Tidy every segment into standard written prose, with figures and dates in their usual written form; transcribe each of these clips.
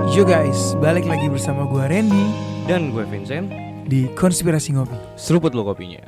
Yo guys, balik lagi bersama gue Randy Dan gue Vincent di Konspirasi Ngopi. Seruput lo kopinya.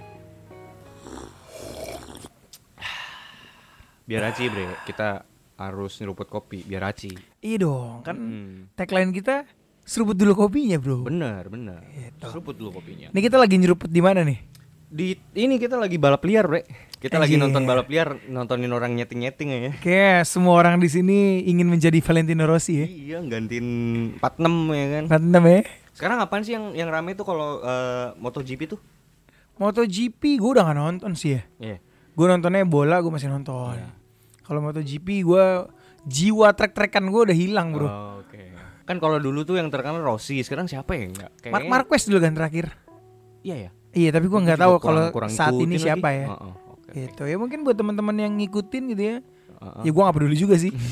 Biar aci bre, kita harus nyeruput kopi, biar aci. Iya dong, kan tagline kita seruput dulu kopinya bro. Bener Gitu. Seruput dulu kopinya. Ini kita lagi nyeruput di mana nih? Ini kita lagi balap liar bre. Kita lagi Anjir. nonton balap liar, nontonin orang nyeting-nyeting ya. Kayak semua orang di sini ingin menjadi Valentino Rossi ya. Iya, gantiin 46 ya kan. Mantap ya. Sekarang apaan sih yang rame tuh kalau MotoGP tuh? MotoGP gue udah gak nonton sih ya. Iya. Gue nontonnya bola, gue masih nonton. Iya. Kalau MotoGP gue jiwa trek-trekan gue udah hilang bro. Oh, oke. Kan kalau dulu tuh yang terkenal Rossi, sekarang siapa ya enggak? Mark Marquez dulu kan terakhir. Iya ya. Iya tapi gue nggak Juga tahu kalau kurang saat ini ikutin siapa lagi. ya. Oke. Gitu ya, mungkin buat teman-teman yang ngikutin gitu ya. Ya gue gak peduli juga sih.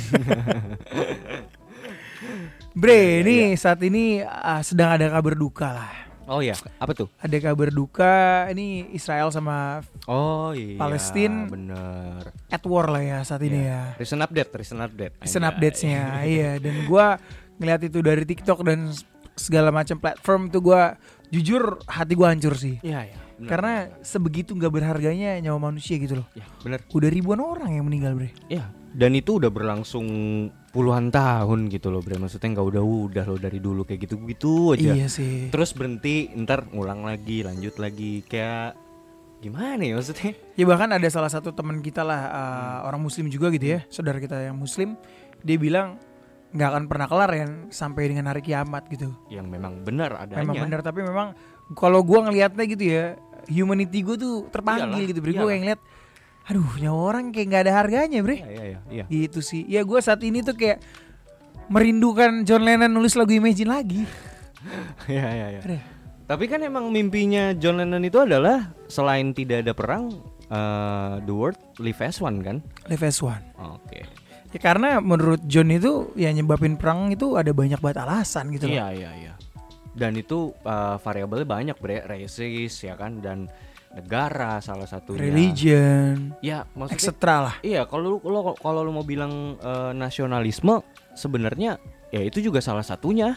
Bre, ini saat ini sedang ada kabar duka lah. Oh iya, apa tuh? Ada kabar duka, ini Israel sama Oh iya, Palestina bener. at war lah ya saat ini ya. Recent update. Recent Anjay. updates-nya, iya. Dan gue ngeliat itu dari TikTok dan segala macam platform tuh gue jujur hati gue hancur sih. Iya. Bener, Karena bener. sebegitu gak berharganya nyawa manusia gitu loh. Ya, bener. Udah ribuan orang yang meninggal bre. Iya. Dan itu udah berlangsung puluhan tahun gitu loh, bre. Maksudnya nggak udah loh dari dulu kayak gitu aja. Iya sih. Terus berhenti, ntar ngulang lagi, lanjut lagi, kayak gimana ya maksudnya? Ya bahkan ada salah satu teman kita lah orang muslim juga gitu ya, saudara kita yang muslim, dia bilang nggak akan pernah kelar ya sampai dengan hari kiamat gitu. Yang memang benar adanya. Memang benar, tapi memang kalau gue ngelihatnya gitu ya, humanity gue tuh terpanggil Iyalah, gitu bre. Gue iyalah. kayak ngeliat, aduh nyawa orang kayak nggak ada harganya bre. Iya. Gitu sih. Ya gue saat ini tuh kayak merindukan John Lennon nulis lagu Imagine lagi. Iya. Aduh. Tapi kan emang mimpinya John Lennon itu adalah selain tidak ada perang, the world live as one kan? Live as one. Oke. Ya karena menurut John itu yang nyebabin perang itu ada banyak banget alasan gitu loh. Iya. Dan itu variabelnya banyak bre, races ya kan, dan negara salah satunya. Religion, Ya maksudnya. etc. lah. Iya, kalau lu mau bilang nasionalisme sebenarnya ya itu juga salah satunya.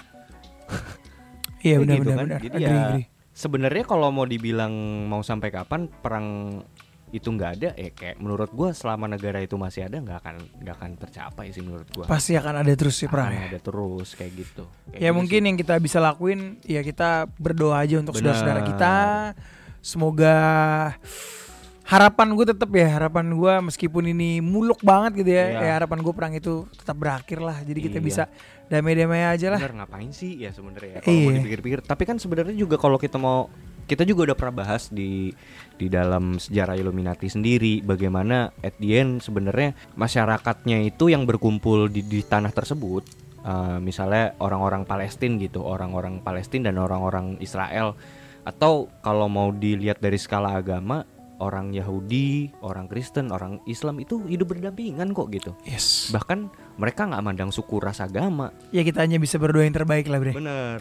Iya Kayak gitu benar. Jadi ya sebenarnya kalau mau dibilang mau sampai kapan perang itu nggak ada, kayak menurut gua selama negara itu masih ada nggak akan tercapai sih menurut gua. Pasti akan ada terus sih perang. Akan ada terus kayak gitu. Kayak Ya gitu mungkin sih. yang kita bisa lakuin ya kita berdoa aja untuk Benar. saudara-saudara kita. Semoga harapan gue meskipun ini muluk banget gitu ya, Iya. ya harapan gue perang itu tetap berakhir lah. Jadi kita Iya. bisa damai-damai aja lah. Bener, ngapain sih ya sebenarnya ya kalau mau Iya. dipikir-pikir. Tapi kan sebenarnya juga kalau kita juga udah pernah bahas di dalam sejarah Illuminati sendiri bagaimana at the end sebenarnya masyarakatnya itu yang berkumpul di tanah tersebut, misalnya orang-orang Palestina gitu, orang-orang Palestina dan orang-orang Israel, atau kalau mau dilihat dari skala agama, orang Yahudi, orang Kristen, orang Islam itu hidup berdampingan kok gitu. Yes. Bahkan mereka nggak mandang suku ras agama. Ya kita hanya bisa berdoa yang terbaik lah bre. Benar.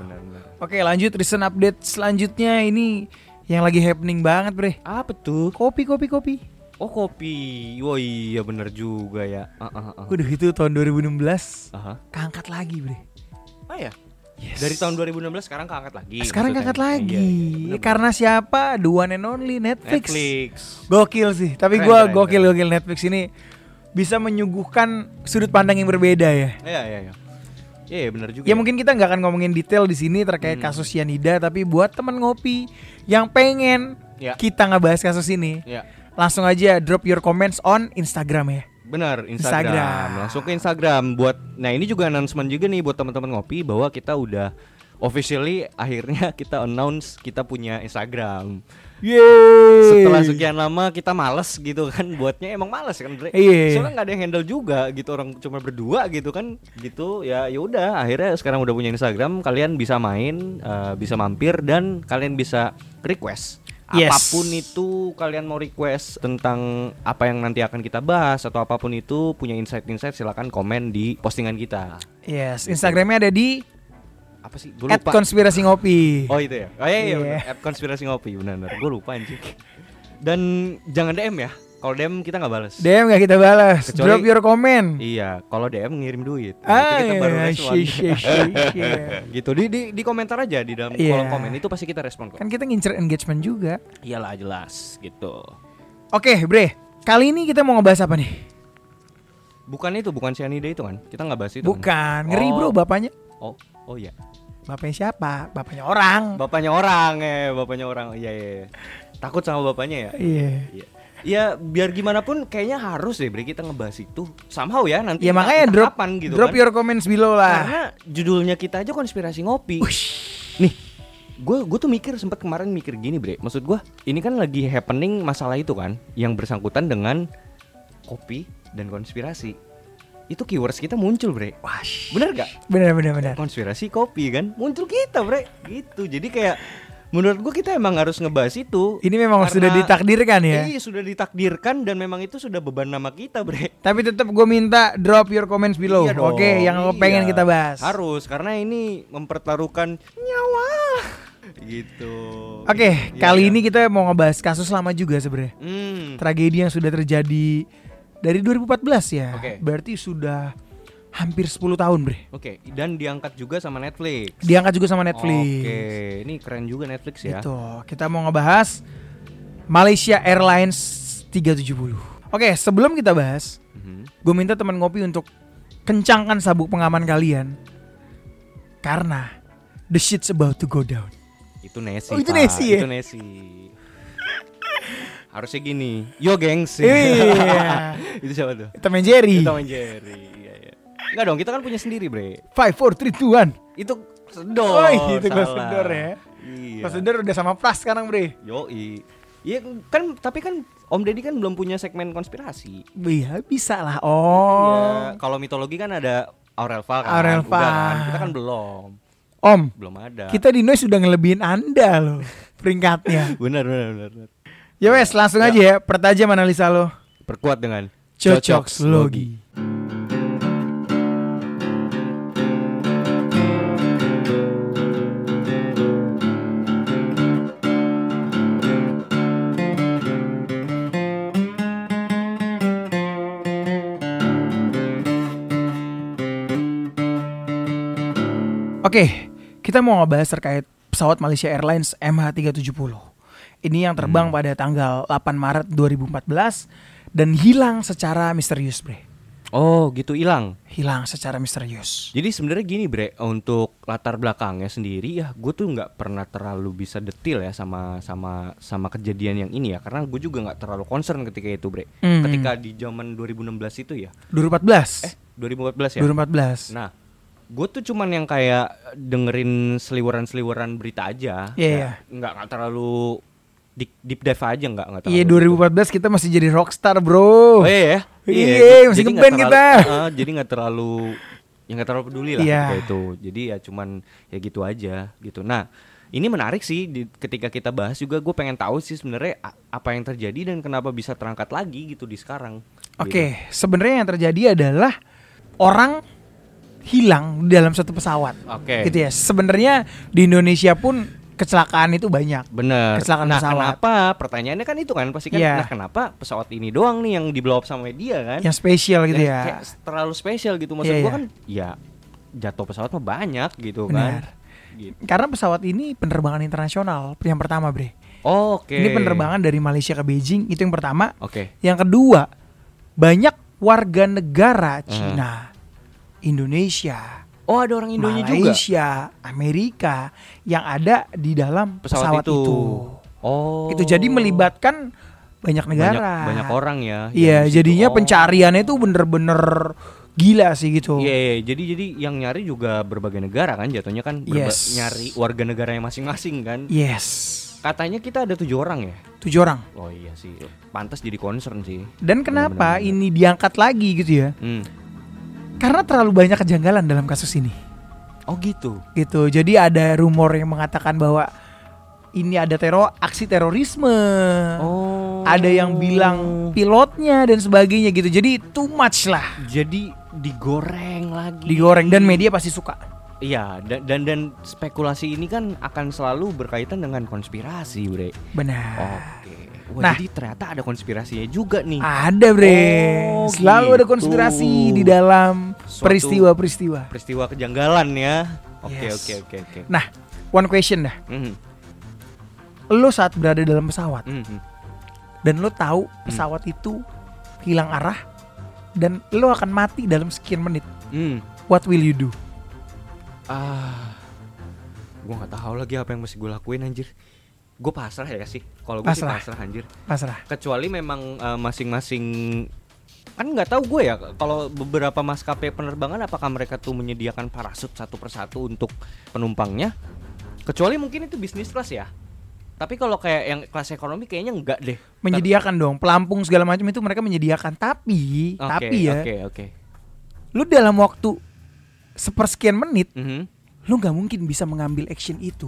Oke lanjut recent update selanjutnya ini yang lagi happening banget bre. Apa tuh? Kopi. Oh kopi. Oh iya benar juga ya. Udah gitu tahun 2016 Aha. keangkat lagi bre. Oh ya. Yes. Dari tahun 2016 sekarang keangkat lagi. Sekarang maksudnya. keangkat lagi. Iya, bener. Karena siapa? The one and only Netflix. Netflix. Gokil sih. Tapi Keren, gue keren, gokil Netflix ini bisa menyuguhkan sudut pandang yang berbeda ya. Iya. Iya benar juga. Ya mungkin kita nggak akan ngomongin detail di sini terkait kasus cyanida, tapi buat teman ngopi yang pengen Ya. kita ngebahas kasus ini, Ya. langsung aja drop your comments on Instagram ya. Benar, Instagram. Instagram. Langsung ke Instagram buat. Nah, ini juga announcement juga nih buat teman-teman ngopi bahwa kita udah officially akhirnya kita announce kita punya Instagram. Yeay. Setelah sekian lama kita males gitu kan, buatnya emang males kan Bre. Iya. Soalnya nggak ada yang handle juga gitu, orang cuma berdua gitu kan, gitu ya udah akhirnya sekarang udah punya Instagram, kalian bisa main, bisa mampir dan kalian bisa request. Yes. Apapun itu kalian mau request tentang apa yang nanti akan kita bahas atau apapun itu punya insight-insight silakan komen di postingan kita. Yes, Instagramnya ada di Apa sih? Gue lupa. @konspirasi ngopi. Oh itu ya. Oh iya Iya. bener. App konspirasi ngopi benar. Gue lupa anjing. Dan jangan DM ya. Kalau DM kita nggak balas. DM nggak kita balas. Kecuali- Drop your comment. Iya, kalau DM ngirim duit. Itu kita baru respon. Gitu di komentar aja di dalam Iya. kolom komen itu pasti kita respon kok. Kan kita ngincer engagement juga. Iyalah jelas gitu. Oke, Bre. Kali ini kita mau ngebahas apa nih? Bukan cyanida itu kan? Kita nggak bahas itu. Bukan, Kan? ngeri bro bapaknya. Oh iya. Bapaknya siapa? Bapaknya orang. Bapaknya orang. Iya. Takut sama bapaknya ya? Iya. Iya. Ya biar gimana pun kayaknya harus deh Bre kita ngebahas itu. Somehow ya nanti. Ya makanya entah drop kapan gitu drop kan. your comments below lah. Karena judulnya kita aja konspirasi ngopi. Ush. Nih, gue tuh sempat kemarin mikir gini Bre. Maksud gue ini kan lagi happening masalah itu kan, yang bersangkutan dengan kopi dan konspirasi. Itu keywords kita muncul Bre. Wash. Bener gak? Bener. Konspirasi kopi kan muncul kita Bre. Gitu. Jadi kayak menurut gue kita emang harus ngebahas itu. Ini memang Karena- sudah ditakdirkan ya. Iya sudah ditakdirkan dan memang itu sudah beban nama kita Bre. Tapi tetap gue minta drop your comments below. Iya dong, Oke, yang iya. pengen kita bahas. Harus karena ini mempertaruhkan nyawa. Gitu. Oke, Iya, kali iya. ini kita mau ngebahas kasus lama juga sebenarnya. Tragedi yang sudah terjadi dari 2014 ya. Oke. Berarti sudah hampir 10 tahun, Bre. Oke, dan diangkat juga sama Netflix. Diangkat juga sama Netflix. Oke, ini keren juga Netflix ya. Gitu. Kita mau ngebahas Malaysia Airlines 370. Oke, sebelum kita bahas, gue minta teman ngopi untuk kencangkan sabuk pengaman kalian. Karena the shit's about to go down. Itu Nessie. Oh, itu Pak. Nessie ya? Itu Nessie. Harusnya gini. Yo gengs. Iya. Itu siapa tuh? Tom and Jerry. Itu Tom and Jerry. Iya. Enggak dong, kita kan punya sendiri, Bre. 5, 4, 3, 2, 1. Itu sedor. Oh, itu Ghost salah. Sedor ya. Iya. Ghost Sedor udah sama Pras sekarang, Bre. Yoi. Iya kan, tapi kan Om Deddy kan belum punya segmen konspirasi. Iya, bisa lah. Oh. Iya. Kalau mitologi kan ada Aurelva kan. Aurelva. Udah kan. Kita kan belum. Om, Belum ada. kita di Noise sudah ngelebihin Anda loh peringkatnya. Benar. Ya wes, langsung aja ya. Pertajam analisa lo. Perkuat dengan Cocok Logi. Oke, kita mau ngebahas terkait pesawat Malaysia Airlines MH370. Ini yang terbang pada tanggal 8 Maret 2014 dan hilang secara misterius, Bre. Oh, gitu hilang. Hilang secara misterius. Jadi sebenarnya gini Bre, untuk latar belakangnya sendiri ya, gue tuh nggak pernah terlalu bisa detail ya sama kejadian yang ini ya, karena gue juga nggak terlalu concern ketika itu Bre. Ketika di zaman 2016 itu ya. 2014. 2014 ya. 2014. Nah, gue tuh cuman yang kayak dengerin seliweran berita aja. Iya. Nggak terlalu deep dive aja nggak terlalu. Iya, 2014 kita masih jadi rockstar, Bro. Oh iya ya. Iya, masih Jadi ngeband nggak kita. terlalu- jadi nggak terlalu peduli lah Iya. ketika itu. Jadi ya cuman ya gitu aja gitu. Nah, ini menarik sih ketika kita bahas juga, gue pengen tahu sih sebenarnya apa yang terjadi dan kenapa bisa terangkat lagi gitu di sekarang. Oke, sebenarnya yang terjadi adalah orang hilang di dalam satu pesawat. Oke. Gitu ya. Sebenarnya di Indonesia pun kecelakaan itu banyak. Bener. Kecelakaan Nah, pesawat. kenapa? Pertanyaannya kan itu kan pasti kan. Iya. Nah, kenapa pesawat ini doang nih yang di blow up sama media kan? Yang spesial gitu ya. Kayak terlalu spesial gitu maksud Iya, gue iya. kan. Ya jatuh pesawat mah banyak gitu Benar. kan. Gitu. Karena pesawat ini penerbangan internasional yang pertama, Bre. Oke. Ini penerbangan dari Malaysia ke Beijing, itu yang pertama. Oke. Yang kedua, banyak warga negara Cina, Indonesia, Oh, ada orang Indonya juga. Malaysia, Amerika yang ada di dalam pesawat itu. Oh. Itu jadi melibatkan banyak negara. banyak orang ya. Iya, yang di situ. jadinya Oh. pencariannya itu bener-bener gila sih gitu. Iya, jadi yang nyari juga berbagai negara kan jatuhnya kan Yes. nyari warga negaranya masing-masing kan. Yes. Katanya kita ada 7 orang ya. 7 orang. Oh iya sih, pantas jadi concern sih. Dan kenapa Bener-bener. ini diangkat lagi gitu ya? Karena terlalu banyak kejanggalan dalam kasus ini. Oh gitu. Gitu. Jadi ada rumor yang mengatakan bahwa ini ada aksi terorisme. Oh. Ada yang bilang pilotnya dan sebagainya gitu. Jadi too much lah. Jadi digoreng lagi. Digoreng dan media pasti suka. Iya, dan spekulasi ini kan akan selalu berkaitan dengan konspirasi, Bre. Benar. Oke. Wah, Nah, jadi ternyata ada konspirasinya juga nih. ada bre, Oh, selalu ada gitu. konspirasi di dalam Suatu peristiwa-peristiwa. peristiwa kejanggalan ya. Oke, Yes. oke. Nah, one question dah. Mhm, Lo saat berada dalam pesawat mhm. dan lo tahu pesawat itu hilang arah dan lo akan mati dalam sekian menit, what will you do? Gue nggak tahu lagi apa yang mesti gue lakuin anjir. Gue pasrah ya sih. Kalau gue sih Pasrah. pasrah anjir. Pasrah. Kecuali memang masing-masing kan nggak tahu gue ya kalau beberapa maskapai penerbangan apakah mereka tuh menyediakan parasut satu persatu untuk penumpangnya. Kecuali mungkin itu bisnis kelas ya. Tapi kalau kayak yang kelas ekonomi kayaknya enggak deh. Menyediakan dong, pelampung segala macam itu mereka menyediakan. Tapi ya, Oke. lu dalam waktu sepersekian menit, Mhm. lu nggak mungkin bisa mengambil action itu.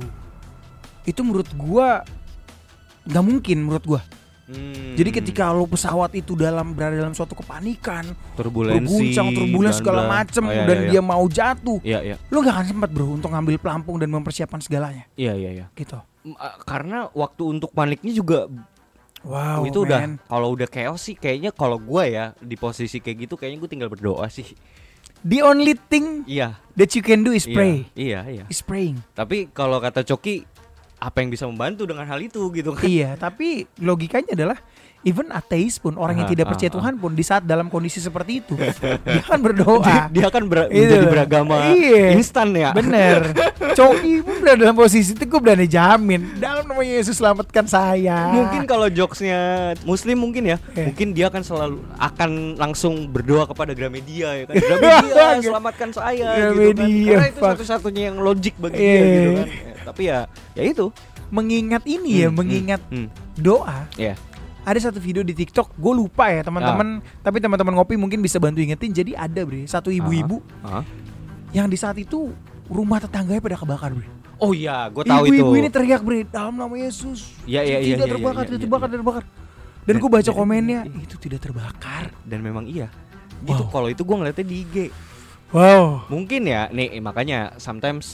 Itu menurut gua nggak mungkin menurut gua. Jadi ketika lo pesawat itu berada dalam suatu kepanikan, turbulensi, turbulens segala macem, dan dia mau jatuh, Iya. lo nggak akan sempat bro untuk ngambil pelampung dan mempersiapkan segalanya. Iya. Gitu. Karena waktu untuk paniknya juga Wow. itu udah man. kalau udah chaos sih kayaknya kalau gue ya di posisi kayak gitu kayaknya gue tinggal berdoa sih. The only thing Iya. that you can do is pray. Iya. Is praying. Tapi kalau kata Coki apa yang bisa membantu dengan hal itu gitu kan? Iya, tapi logikanya adalah even ateis pun, orang yang tidak percaya Tuhan pun di saat dalam kondisi seperti itu dia akan berdoa. Dia akan Itu menjadi loh. beragama Iya. instan ya. Bener. Coki pun berada dalam posisi itu, gue berani jamin dalam namanya Yesus selamatkan saya. Mungkin kalau jokesnya Muslim mungkin ya, Iya. mungkin dia akan langsung berdoa kepada Gramedia ya kan. Gramedia selamatkan saya gitu kan. Gramedia, Karena itu fuck. satu-satunya yang logik bagi Iya. dia gitu kan. Tapi ya itu. mengingat ini ya, mengingat doa. Iya. Ada satu video di TikTok, gue lupa ya teman-teman, tapi teman-teman ngopi mungkin bisa bantu ingetin. Jadi ada bre, satu ibu-ibu yang di saat itu rumah tetangganya pada kebakar bre. Oh iya, gue tahu itu. Ibu-ibu ini teriak bre, dalam nama Yesus. Iya. Tidak terbakar, tidak terbakar. Dan gue baca komennya, itu tidak terbakar. Dan memang iya. Gitu. Kalau itu gue ngeliatnya di IG. Wow. Mungkin ya, nih makanya sometimes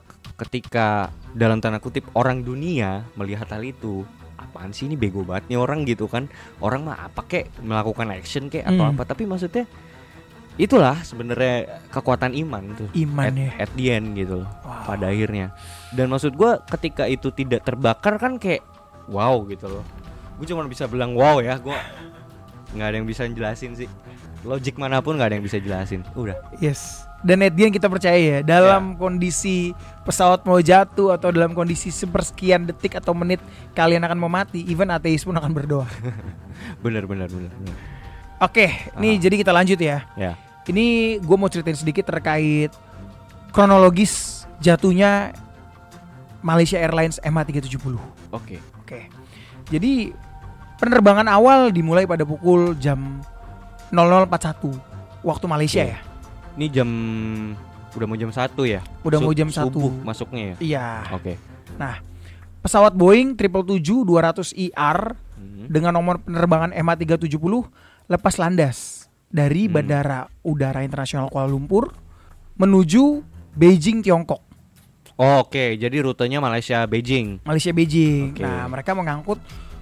ketika dalam tanda kutip orang dunia melihat hal itu, apaan sih ini bego banget nih orang gitu kan. Orang mah apa kek melakukan action kek atau apa, tapi maksudnya itulah sebenarnya kekuatan iman tuh. Iman ya. At the end gitu loh. Pada akhirnya. Dan maksud gue ketika itu tidak terbakar kan kayak wow gitu loh. Gue cuma bisa bilang wow ya, gue nggak ada yang bisa jelasin sih. Logik manapun nggak ada yang bisa jelasin. Udah. Yes. Dan at the end kita percaya ya, dalam kondisi pesawat mau jatuh atau dalam kondisi sepersekian detik atau menit kalian akan mau mati, even ateis pun akan berdoa. Bener. Oke, nih jadi kita lanjut ya. Ya. Ini gue mau ceritain sedikit terkait kronologis jatuhnya Malaysia Airlines MH370. Oke. Jadi penerbangan awal dimulai pada pukul jam 00.41 waktu Malaysia ya. Ini udah mau jam 1 ya? Udah mau jam 1 subuh masuknya ya? Iya. Oke. Nah, pesawat Boeing 777-200ER dengan nomor penerbangan MH370 lepas landas dari Bandara Udara Internasional Kuala Lumpur menuju Beijing, Tiongkok. Oke, jadi rutenya Malaysia Beijing. Oke. Nah, mereka mengangkut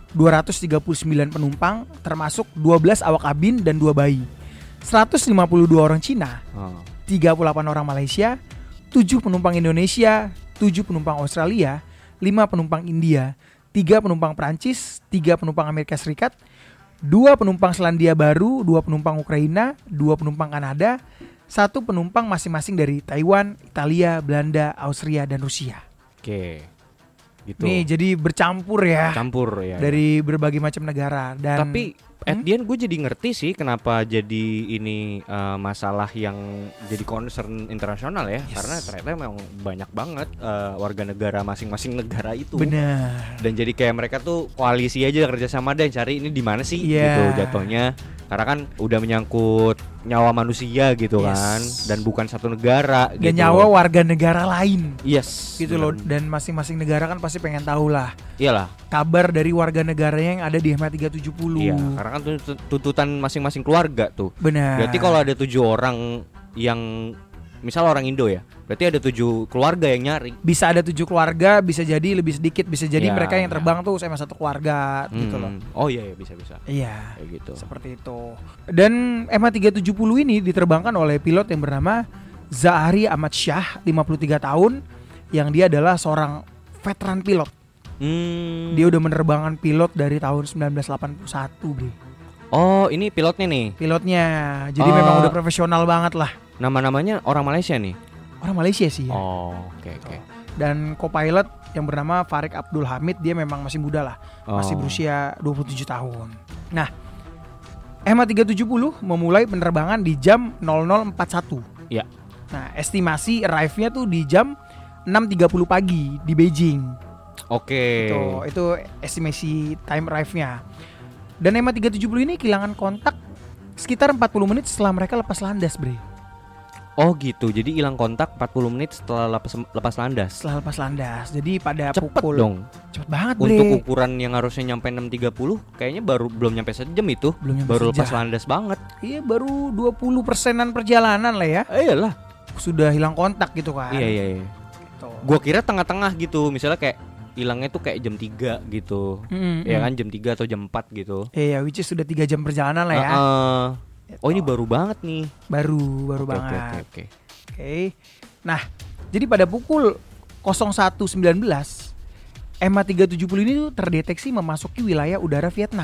239 penumpang termasuk 12 awak kabin dan 2 bayi. 152 orang Cina, 38 orang Malaysia, 7 penumpang Indonesia, 7 penumpang Australia, 5 penumpang India, 3 penumpang Prancis, 3 penumpang Amerika Serikat, 2 penumpang Selandia Baru, 2 penumpang Ukraina, 2 penumpang Kanada, 1 penumpang masing-masing dari Taiwan, Italia, Belanda, Austria, dan Rusia. Oke. Gitu. Nih jadi bercampur ya. Campur ya. Dari berbagai macam negara. Dan tapi at the end gue jadi ngerti sih kenapa jadi ini masalah yang jadi concern internasional ya. Karena ternyata memang banyak banget warga negara masing-masing negara itu. Benar. Dan jadi kayak mereka tuh koalisi aja kerjasama deh cari ini di mana sih gitu jatuhnya. Karena kan udah menyangkut nyawa manusia gitu kan, dan bukan satu negara dan gitu. nyawa warga negara lain. Yes. Gitu loh. Dan masing-masing negara kan pasti pengen tahu lah. Iyalah. Kabar dari warga negaranya yang ada di MH370. Iya, karena kan tuntutan masing-masing keluarga tuh. Benar. Berarti kalau ada 7 orang yang misal orang Indo ya, berarti ada 7 keluarga yang nyari. Bisa ada 7 keluarga, bisa jadi lebih sedikit, bisa jadi Ya, mereka yang ya. terbang tuh sama satu keluarga gitu loh. Oh iya bisa. Iya. Kayak gitu. Seperti itu. Dan MH370 ini diterbangkan oleh pilot yang bernama Zahari Ahmad Shah, 53 tahun, yang dia adalah seorang veteran pilot. Dia udah menerbangkan pilot dari tahun 1981, Bre. Oh, ini pilotnya nih. Pilotnya. Jadi memang udah profesional banget lah. Nama-namanya orang Malaysia nih. Orang Malaysia sih ya. Oh, oke. Dan co-pilot yang bernama Farik Abdul Hamid, dia memang masih muda lah. Masih berusia 27 tahun. Nah, MH370 memulai penerbangan di jam 00.41. Ya. Nah, estimasi arrive-nya tuh di jam 6.30 pagi di Beijing. Oke. Itu estimasi time arrive-nya. Dan MH370 ini kehilangan kontak sekitar 40 menit setelah mereka lepas landas, Bre. Oh gitu, jadi hilang kontak 40 menit setelah lepas landas. Setelah lepas landas. Jadi pada Cepet pukul dong. Cepet banget, Bre. Untuk ukuran yang harusnya nyampe 6.30, kayaknya belum nyampe sejam itu. Baru lepas landas banget. Iya, baru 20%-an perjalanan lah ya. Iyalah. Sudah hilang kontak gitu kan. Iya. Gitu. Gua kira tengah-tengah gitu, misalnya kayak hilangnya tuh kayak jam 3 gitu. Ya kan jam 3 atau jam 4 gitu. Iya, which is sudah 3 jam perjalanan lah ya. Oh, ini baru banget nih. Baru Oke. banget. Oke. Nah, jadi pada pukul 01.19 MH370 ini tuh terdeteksi memasuki wilayah udara Vietnam.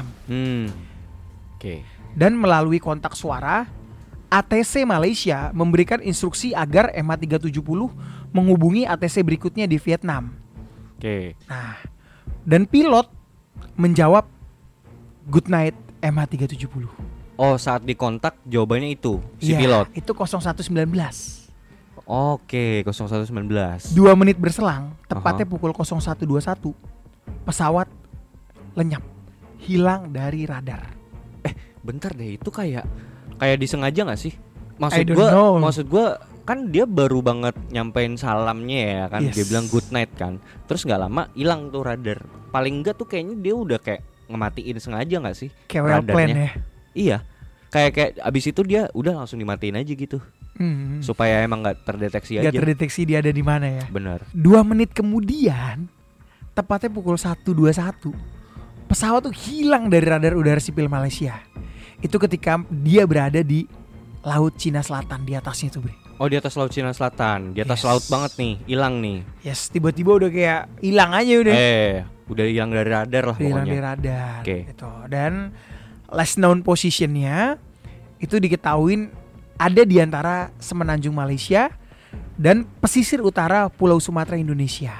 Oke. Dan melalui kontak suara, ATC Malaysia memberikan instruksi agar MH370 menghubungi ATC berikutnya di Vietnam. Oke. Nah, dan pilot menjawab good night MH370. Oh, saat dikontak jawabannya itu si Iya, pilot. itu 01.19. Oke, 01.19. 2 menit berselang, tepatnya pukul 01.21, pesawat lenyap, hilang dari radar. Bentar deh, itu kayak disengaja nggak sih? I don't know. Maksud gua kan dia baru banget nyampein salamnya ya kan. Yes. Dia bilang good night kan. Terus nggak lama hilang tuh radar. Paling enggak tuh kayaknya dia udah kayak ngematiin sengaja nggak sih Kayak well plan ya. Iya. Kayak abis itu dia udah langsung dimatiin aja gitu. Supaya emang nggak terdeteksi aja. Gak terdeteksi dia ada di mana ya. Benar. 2 menit kemudian, tepatnya pukul 01.21, pesawat tuh hilang dari radar udara sipil Malaysia. Itu ketika dia berada di Laut Cina Selatan, di atasnya tuh, Bre. Oh, di atas Laut Cina Selatan, di atas Yes. laut banget nih, hilang nih. Yes, tiba-tiba udah kayak hilang aja udah. Udah hilang dari radar lah Hilang dari pokoknya. radar. Oke. Gitu. Dan last known positionnya itu diketahuin ada di antara semenanjung Malaysia dan pesisir utara Pulau Sumatera Indonesia.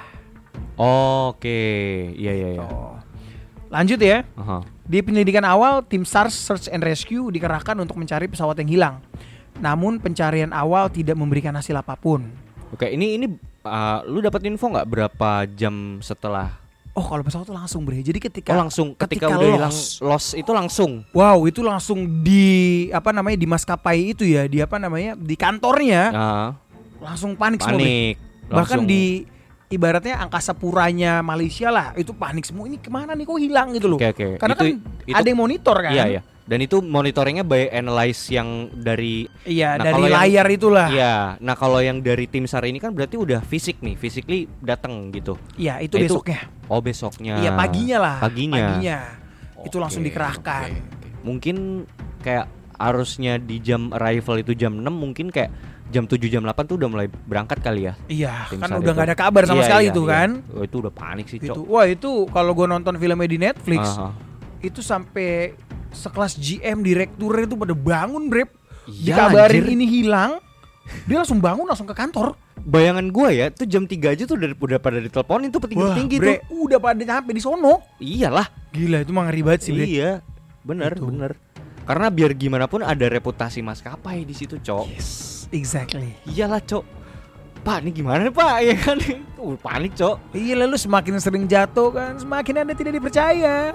Oke, iya. Oh. Lanjut ya. Aha. Di penyelidikan awal, tim SAR Search and Rescue dikerahkan untuk mencari pesawat yang hilang. Namun pencarian awal tidak memberikan hasil apapun. Oke, ini lu dapat info nggak berapa jam setelah? Oh, kalau pesawat itu langsung, Bre. Jadi ketika ketika udah hilang loss itu langsung. Wow, itu langsung di di maskapai itu ya, di kantornya. Nah, Langsung panik semua, Bre. panik. Bahkan Langsung. di ibaratnya angkasa puranya Malaysia lah, itu panik semua. Ini kemana nih, kok hilang gitu loh. Oke. Karena itu ada yang monitor kan. Iya. Dan itu monitoringnya by analyze yang dari Iya, Nah, dari kalau yang- layar itulah. Iya. Nah, kalau yang dari tim SAR ini kan berarti udah physically datang gitu. Iya, itu Nah, besoknya. Oh, besoknya. Iya, paginya lah. Paginya. Itu Itu langsung dikerahkan. Mungkin kayak harusnya di jam arrival itu jam 6, mungkin kayak jam 7 jam 8 tuh udah mulai berangkat kali ya. Iya, Tim kan SAR udah itu. nggak ada kabar sama Iya, sekali iya, tuh iya. kan. Oh, itu udah panik sih, Itu. Cok. Wah, itu kalau gue nonton filmnya di Netflix, Aha. itu sampai sekelas GM direktur itu pada bangun, Brep. Iya, Dikabarin anjir. ini hilang, dia langsung bangun langsung ke kantor. Bayangan gua ya, tuh jam 3 aja tuh udah pada diteleponin tuh petinggi-petinggi tuh. Bre, udah pada nyampe di sono. Iyalah. Gila, itu mah ngeri banget sih, Bre. Iya. Bener. Karena biar gimana pun ada reputasi maskapai di situ, Cok. Yes, exactly. Iyalah, Cok. Pak, ini gimana nih, Pak? Ya kan. Panik, Cok. Iya, lalu semakin sering jatuh kan, semakin Anda tidak dipercaya.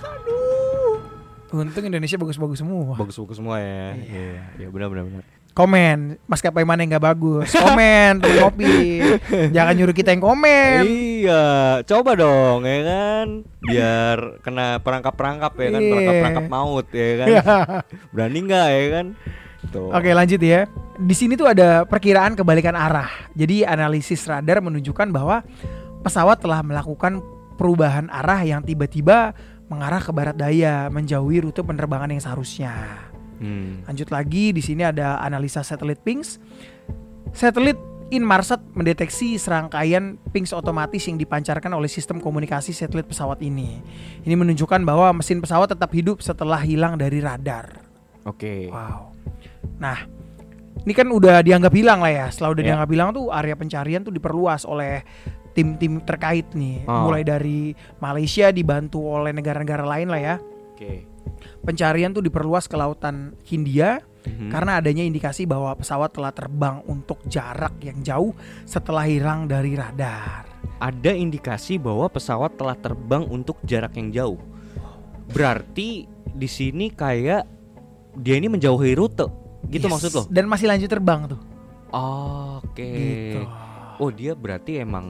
Aduh. Untung Indonesia bagus-bagus semua. Bagus-bagus semua ya. Iya, benar. Komen, maskapai mana yang gak bagus? Komen, terus kopi. Jangan nyuruh kita yang komen. Iya, coba dong ya kan. Biar kena perangkap-perangkap ya kan, Iya. perangkap-perangkap maut ya kan. Berani nggak ya kan? Tuh. Oke, lanjut ya. di sini tuh ada perkiraan kebalikan arah. Jadi analisis radar menunjukkan bahwa pesawat telah melakukan perubahan arah yang tiba-tiba mengarah ke barat daya, menjauhi rute penerbangan yang seharusnya. Lanjut lagi, di sini ada analisa satelit pings. Satelit Inmarsat mendeteksi serangkaian pings otomatis yang dipancarkan oleh sistem komunikasi satelit pesawat ini. Ini menunjukkan bahwa mesin pesawat tetap hidup setelah hilang dari radar. Oke. Wow. Nah, ini kan udah dianggap hilang lah ya. Setelah udah dianggap hilang tuh area pencarian tuh diperluas oleh tim-tim terkait nih. Mulai dari Malaysia dibantu oleh negara-negara lain lah ya. Oke. Pencarian tuh diperluas ke lautan Hindia karena adanya indikasi bahwa pesawat telah terbang untuk jarak yang jauh setelah hilang dari radar. Ada indikasi bahwa pesawat telah terbang untuk jarak yang jauh. Berarti di sini kayak dia ini menjauhi rute, gitu maksud lo? Dan masih lanjut terbang tuh. Oke. Gitu. Oh, dia berarti emang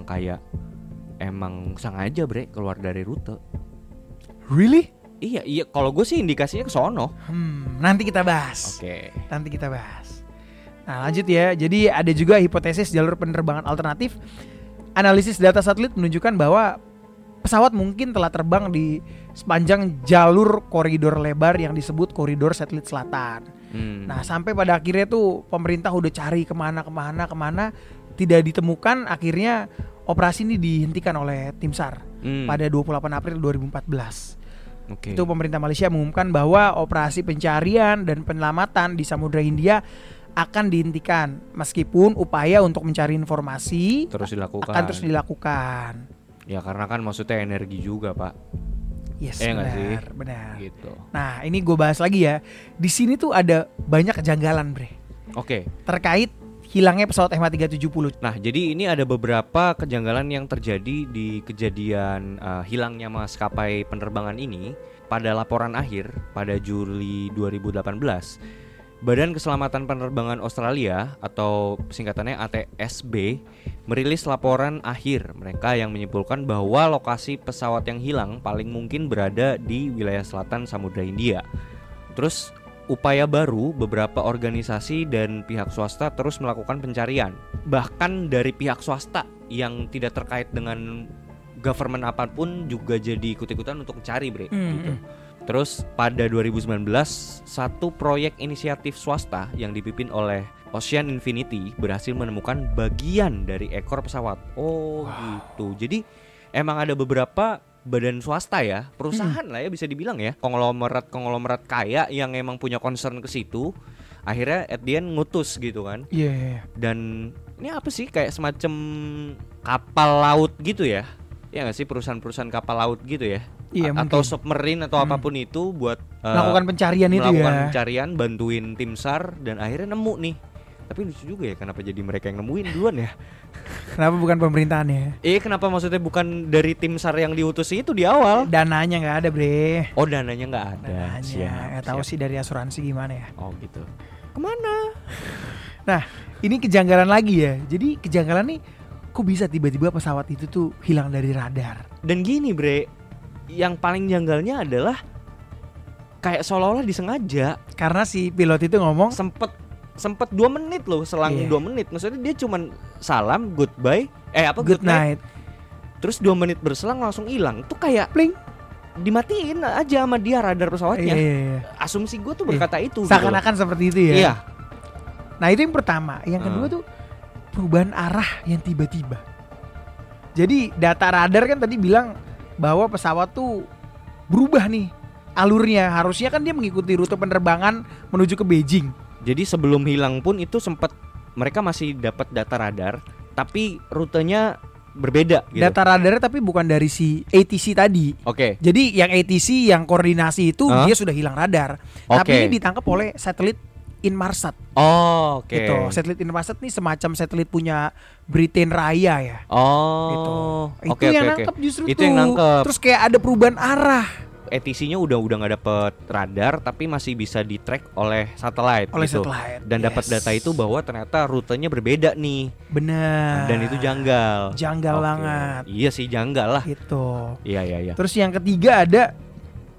sengaja keluar dari rute. Really? Iya. Kalau gue sih indikasinya ke sono. Nanti kita bahas. Oke. Nanti kita bahas. Nah, lanjut ya. Jadi ada juga hipotesis jalur penerbangan alternatif. Analisis data satelit menunjukkan bahwa pesawat mungkin telah terbang di sepanjang jalur koridor lebar yang disebut koridor satelit selatan. Nah, sampai pada akhirnya tuh pemerintah udah cari kemana, tidak ditemukan. Akhirnya operasi ini dihentikan oleh tim SAR pada 28 April 2014. Itu pemerintah Malaysia mengumumkan bahwa operasi pencarian dan penyelamatan di Samudra Hindia akan dihentikan meskipun upaya untuk mencari informasi akan terus dilakukan. Ya karena kan maksudnya energi juga, Pak. Yes, benar. Gitu. Nah, ini gue bahas lagi ya. Di sini tuh ada banyak kejanggalan, Bre. Oke. Terkait hilangnya pesawat MH370. Nah, jadi ini ada beberapa kejanggalan yang terjadi di kejadian hilangnya maskapai penerbangan ini. Pada laporan akhir pada Juli 2018, Badan Keselamatan Penerbangan Australia atau singkatannya ATSB merilis laporan akhir mereka yang menyimpulkan bahwa lokasi pesawat yang hilang paling mungkin berada di wilayah selatan Samudra Hindia. Terus upaya baru, beberapa organisasi dan pihak swasta terus melakukan pencarian. Bahkan dari pihak swasta yang tidak terkait dengan government apapun juga jadi ikut-ikutan untuk mencari, gitu. Terus pada 2019, satu proyek inisiatif swasta yang dipimpin oleh Ocean Infinity berhasil menemukan bagian dari ekor pesawat. Gitu. Jadi emang ada beberapa badan swasta ya, perusahaan lah ya bisa dibilang ya, konglomerat kaya yang emang punya concern ke situ. Akhirnya at the end ngutus gitu kan. Iya. Dan ini apa sih, kayak semacam kapal laut gitu ya? Ya nggak sih, perusahaan kapal laut gitu ya? Iya, atau mungkin submarine atau apapun itu buat melakukan pencarian itu ya. Melakukan pencarian, bantuin tim SAR dan akhirnya nemu nih. Tapi lucu juga ya, kenapa jadi mereka yang nemuin duluan ya? Kenapa bukan pemerintahannya? Kenapa maksudnya bukan dari tim SAR yang diutus itu di awal? Dananya nggak ada, Bre. Oh, dananya nggak ada. Siap. Tahu sih dari asuransi gimana ya? Oh gitu. Kemana? Nah, ini kejanggalan lagi ya. Jadi kejanggalan nih, kok bisa tiba-tiba pesawat itu tuh hilang dari radar? Dan gini, Bre, yang paling janggalnya adalah kayak seolah-olah disengaja. Karena si pilot itu ngomong sempet 2 menit loh, selang 2 menit. Maksudnya dia cuman salam, goodbye, good night. Terus 2 menit berselang langsung hilang. Itu kayak pling, dimatiin aja sama dia radar pesawatnya. Iya. Asumsi gue tuh berkata itu. Seakan-akan seperti itu ya. Iya. Nah, itu yang pertama. Yang kedua tuh perubahan arah yang tiba-tiba. Jadi data radar kan tadi bilang bahwa pesawat tuh berubah nih alurnya. Harusnya kan dia mengikuti rute penerbangan menuju ke Beijing. Jadi sebelum hilang pun itu sempat mereka masih dapat data radar, tapi rutenya berbeda gitu. Data radarnya tapi bukan dari si ATC tadi. Oke. Jadi yang ATC yang koordinasi itu dia sudah hilang radar. Tapi ini ditangkap oleh satelit Inmarsat. Oke. Gitu. Satelit Inmarsat nih semacam satelit punya Britain Raya ya. Gitu. Itu yang nangkep justru itu yang nangkep. Terus kayak ada perubahan arah. ATC-nya udah nggak dapet radar, tapi masih bisa di-track oleh satelit. Dan dapat data itu bahwa ternyata rutenya berbeda nih. Benar. Dan itu janggal. Janggal banget. Iya sih, janggal lah. Gitu. Iya. Terus yang ketiga ada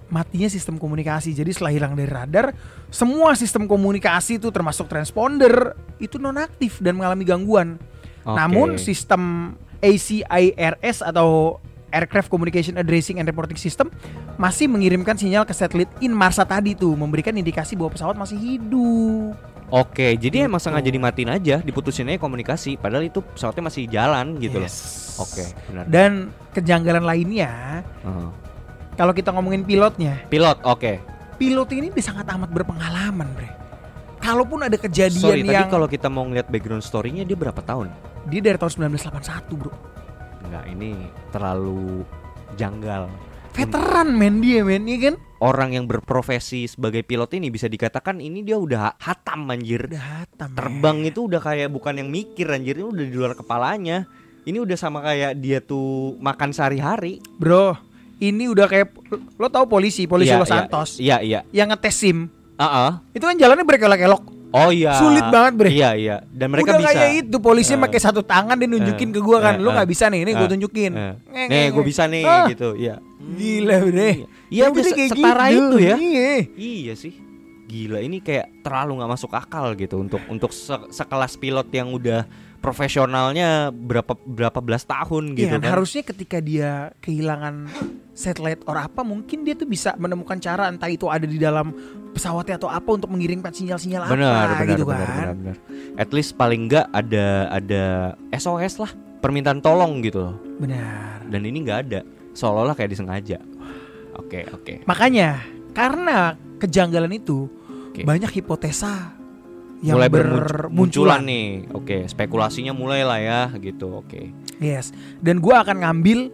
matinya sistem komunikasi. Jadi setelah hilang dari radar, semua sistem komunikasi itu termasuk transponder itu nonaktif dan mengalami gangguan. Namun sistem ACIRS atau Aircraft Communication Addressing and Reporting System masih mengirimkan sinyal ke satelit Inmarsat tadi tuh, memberikan indikasi bahwa pesawat masih hidup. Oke, jadi emang sengaja dimatiin aja, diputusin aja komunikasi, padahal itu pesawatnya masih jalan gitu loh. Oke, benar. Dan kejanggalan lainnya, kalau kita ngomongin pilotnya, pilot ini sangat amat berpengalaman, bre. Kalaupun ada kejadian tadi kalau kita mau ngeliat background story-nya, dia berapa tahun? Dia dari tahun 1981, bro. Enggak, ini terlalu janggal. Veteran dia ya kan? Orang yang berprofesi sebagai pilot ini bisa dikatakan ini dia udah hatam anjir. Udah hatam. Terbang itu udah kayak bukan yang mikir anjir, ini udah di luar kepalanya. Ini udah sama kayak dia tuh makan sehari-hari. Bro, ini udah kayak lo tahu polisi Los Santos. Iya. Yang ngetes SIM. Itu kan jalannya berkelok-kelok. Oh iya. Sulit banget, bre. Iya. Dan mereka udah bisa. Kayak itu polisi pakai satu tangan dia nunjukin ke gua kan. Lu enggak bisa nih, ini gua tunjukin. Nih, gua bisa nih gitu, iya. Gila, bre. Iya udah setara gitu. itu ya. Iya sih. Gila, ini kayak terlalu enggak masuk akal gitu untuk sekelas pilot yang udah profesionalnya berapa belas tahun gitu kan. Harusnya ketika dia kehilangan satelit or apa, mungkin dia tuh bisa menemukan cara, entah itu ada di dalam pesawatnya atau apa, untuk mengirimkan sinyal-sinyal gitu kan. Benar. At least paling enggak ada SOS lah, permintaan tolong gitu loh. Benar. Dan ini enggak ada, seolah-olah kayak disengaja. Oke. Makanya karena kejanggalan itu, banyak hipotesa yang mulai bermunculan nih. Oke, spekulasinya mulai lah ya gitu. Oke. Yes. Dan gue akan ngambil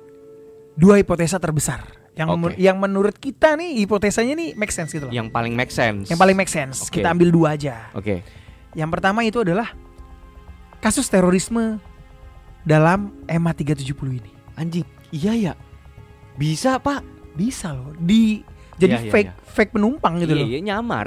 2 hipotesa terbesar yang menurut kita nih hipotesanya nih make sense gitu loh. Yang paling make sense. Okay. Kita ambil 2 aja. Oke. Yang pertama itu adalah kasus terorisme dalam MH370 ini. Anjing. Iya ya. Bisa, Pak. Bisa loh. Jadi fake penumpang gitu loh. Iya, nyamar.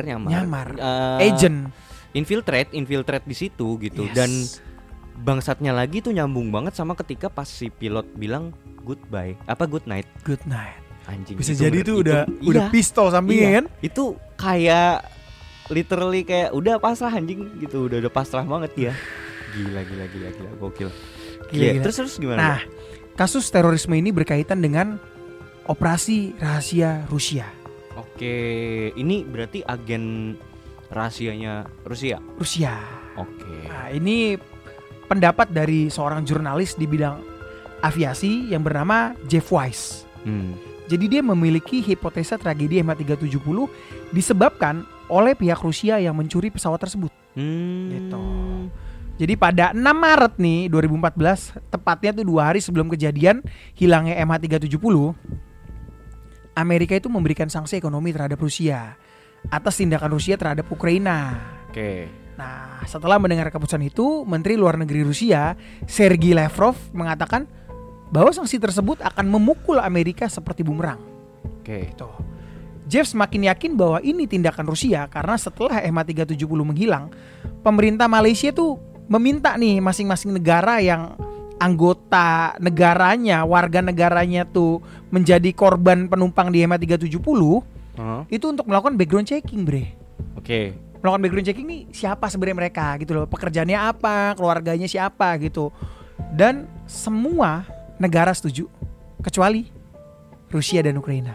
Agent. Infiltrate di situ gitu. Yes. Dan bangsatnya lagi tuh nyambung banget sama ketika pas si pilot bilang good night. Anjing. Bisa jadi itu udah pistol sampingnya kan? Itu kayak literally kayak udah pasrah anjing gitu, udah pasrah banget ya. Gila gokil. Gila. Terus gimana? Nah, kasus terorisme ini berkaitan dengan operasi rahasia Rusia. Oke, ini berarti agen rahasianya Rusia. Oke. Nah, ini pendapat dari seorang jurnalis di bidang aviasi yang bernama Jeff Weiss. Jadi dia memiliki hipotesa tragedi MH370 disebabkan oleh pihak Rusia yang mencuri pesawat tersebut. Gitu. Jadi pada 6 Maret nih 2014, tepatnya tuh 2 hari sebelum kejadian hilangnya MH370, Amerika itu memberikan sanksi ekonomi terhadap Rusia atas tindakan Rusia terhadap Ukraina. Oke. Nah, setelah mendengar keputusan itu, Menteri Luar Negeri Rusia, Sergei Lavrov, mengatakan bahwa sanksi tersebut akan memukul Amerika seperti bumerang. Oke. Gitu. Jeff semakin yakin bahwa ini tindakan Rusia karena setelah MH370 menghilang, pemerintah Malaysia tuh meminta nih masing-masing negara yang anggota negaranya, warga negaranya tuh menjadi korban penumpang di MH370 itu untuk melakukan background checking, bre. Oke. Melakukan background checking nih, siapa sebenarnya mereka gitu loh, pekerjaannya apa, keluarganya siapa gitu. Dan semua negara setuju kecuali Rusia dan Ukraina.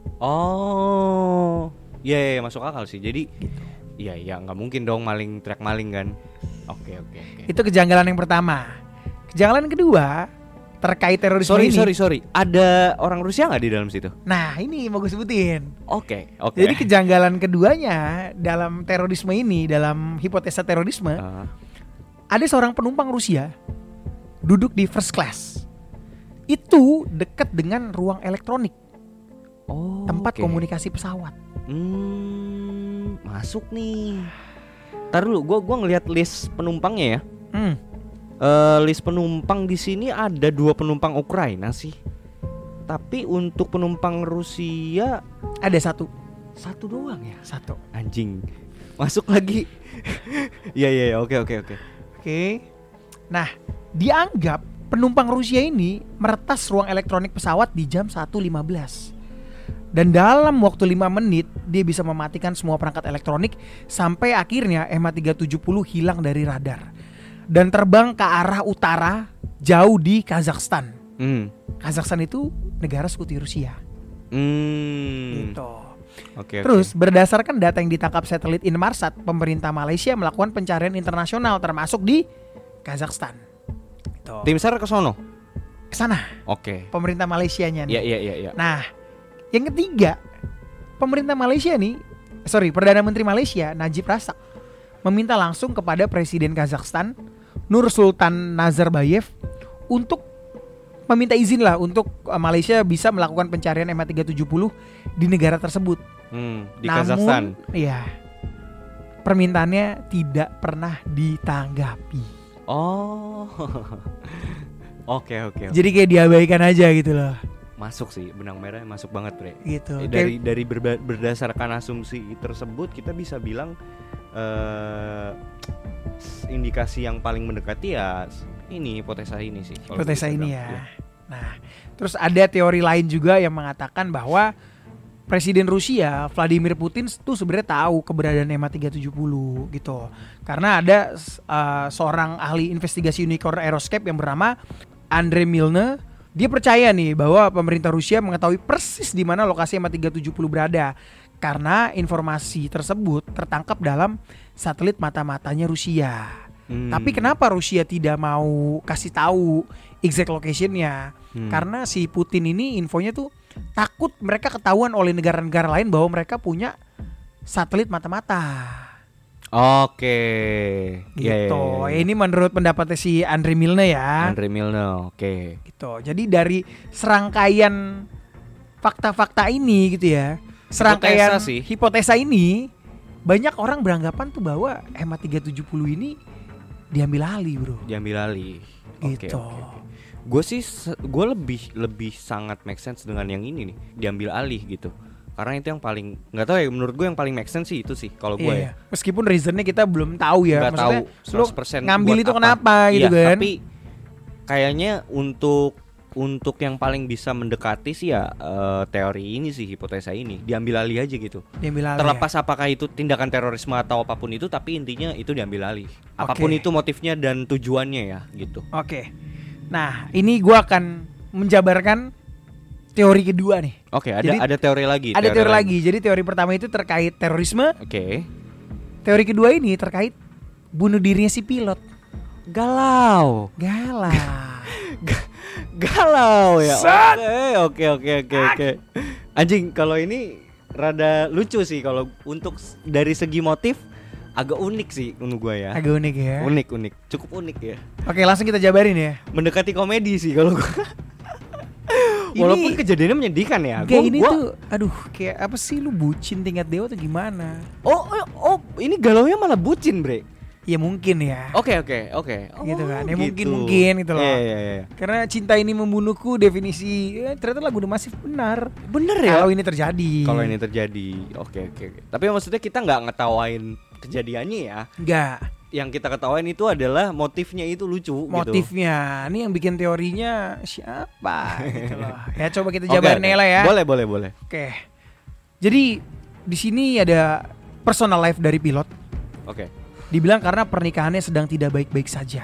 Oh, iya masuk akal sih. Jadi gitu. Iya nggak mungkin dong track maling kan. Oke. Itu kejanggalan yang pertama. Kejanggalan kedua terkait terorisme ini. Sorry. Ada orang Rusia nggak di dalam situ? Nah, ini mau gue sebutin. Oke. Jadi kejanggalan keduanya dalam terorisme ini, dalam hipotesa terorisme, ada seorang penumpang Rusia duduk di first class. Itu dekat dengan ruang elektronik. Tempat komunikasi pesawat. Masuk nih. Ntar dulu, gue ngelihat list penumpangnya ya. List penumpang di sini ada 2 penumpang Ukraina sih. Tapi untuk penumpang Rusia ada 1 doang ya. 1. Anjing. Masuk lagi. Iya, oke. Nah, dianggap penumpang Rusia ini meretas ruang elektronik pesawat di jam 1.15. Dan dalam waktu 5 menit dia bisa mematikan semua perangkat elektronik sampai akhirnya MH370 hilang dari radar dan terbang ke arah utara jauh di Kazakhstan. Kazakhstan itu negara sekutu Rusia. Gitu. Terus berdasarkan data yang ditangkap satelit Inmarsat, pemerintah Malaysia melakukan pencarian internasional termasuk di Kazakhstan. Gitu. Tim SAR ke sono? Ke sana. Oke. Pemerintah Malaysianya nih. Iya. Nah, yang ketiga, pemerintah Malaysia nih, Perdana Menteri Malaysia Najib Razak meminta langsung kepada Presiden Kazakhstan Nur Sultan Nazarbayev untuk meminta izin lah untuk Malaysia bisa melakukan pencarian MH370 di negara tersebut. Di Kazakhstan. Iya. Permintaannya tidak pernah ditanggapi. Oh. Oke. Jadi kayak diabaikan aja gitu loh. Masuk sih, benang merah masuk banget, Bre. Gitu. Dari berdasarkan asumsi tersebut kita bisa bilang indikasi yang paling mendekati ya ini hipotesa ini sih. Hipotesa ini ya. Nah, terus ada teori lain juga yang mengatakan bahwa Presiden Rusia Vladimir Putin tuh sebenarnya tahu keberadaan MH370 gitu. Karena ada seorang ahli investigasi unicorn aeroscape yang bernama Andrei Milne. Dia percaya nih bahwa pemerintah Rusia mengetahui persis di mana lokasi MH370 berada karena informasi tersebut tertangkap dalam satelit mata-matanya Rusia. Tapi kenapa Rusia tidak mau kasih tahu exact location-nya? Karena si Putin ini infonya tuh takut mereka ketahuan oleh negara-negara lain bahwa mereka punya satelit mata-mata. Oke. Gitu. Ini menurut pendapatnya si Andrei Milne ya. Andrei Milne, oke. Gitu. Jadi dari serangkaian fakta-fakta ini gitu ya. Serangkaian hipotesa ini banyak orang beranggapan tuh bahwa MH370 ini diambil alih, Bro. Diambil alih. Gitu. Gue lebih sangat make sense dengan yang ini nih, diambil alih gitu. Karena itu yang paling, nggak tahu ya, menurut gue yang paling make sense sih itu sih kalau gue ya. Meskipun reasonnya kita belum tahu ya. Nggak tahu 100% ngambil itu apa. kenapa gitu kan. Tapi kayaknya untuk yang paling bisa mendekati sih ya teori ini sih, hipotesa ini diambil alih aja gitu. Diambil alih. Terlepas apakah itu tindakan terorisme atau apapun itu, tapi intinya itu diambil alih. Apapun itu motifnya dan tujuannya ya gitu. Oke. Nah, ini gue akan menjabarkan teori kedua nih. Oke, ada teori lagi. Ada teori lagi. Jadi teori pertama itu terkait terorisme. Oke. Teori kedua ini terkait bunuh dirinya si pilot. Galau ya. Oke. Anjing, kalau ini rada lucu sih kalau untuk dari segi motif agak unik sih menurut gue ya. Agak unik ya. Unik, cukup unik ya. Oke, langsung kita jabarin ya. Mendekati komedi sih kalau gue. Walaupun kejadiannya menyedihkan ya. Kayak ini tuh, aduh, kayak apa sih, lu bucin tingkat dewa atau gimana? Oh, ini galaunya malah bucin, Bre. Ya mungkin ya. Oke. Gitu kan. Ya mungkin gitu loh. Iya. Karena cinta ini membunuhku definisi ternyata lagu The Massive benar. Bener ya. Kalau ini terjadi. Oke. Tapi maksudnya kita nggak ngetawain kejadiannya ya. Nggak. Yang kita ketawain itu adalah motifnya itu lucu. Motifnya. Gitu. Ini yang bikin teorinya siapa gitu loh. Ya coba kita jabarin lah ya. Boleh. Oke. Jadi di sini ada personal life dari pilot. Oke. Dibilang karena pernikahannya sedang tidak baik-baik saja.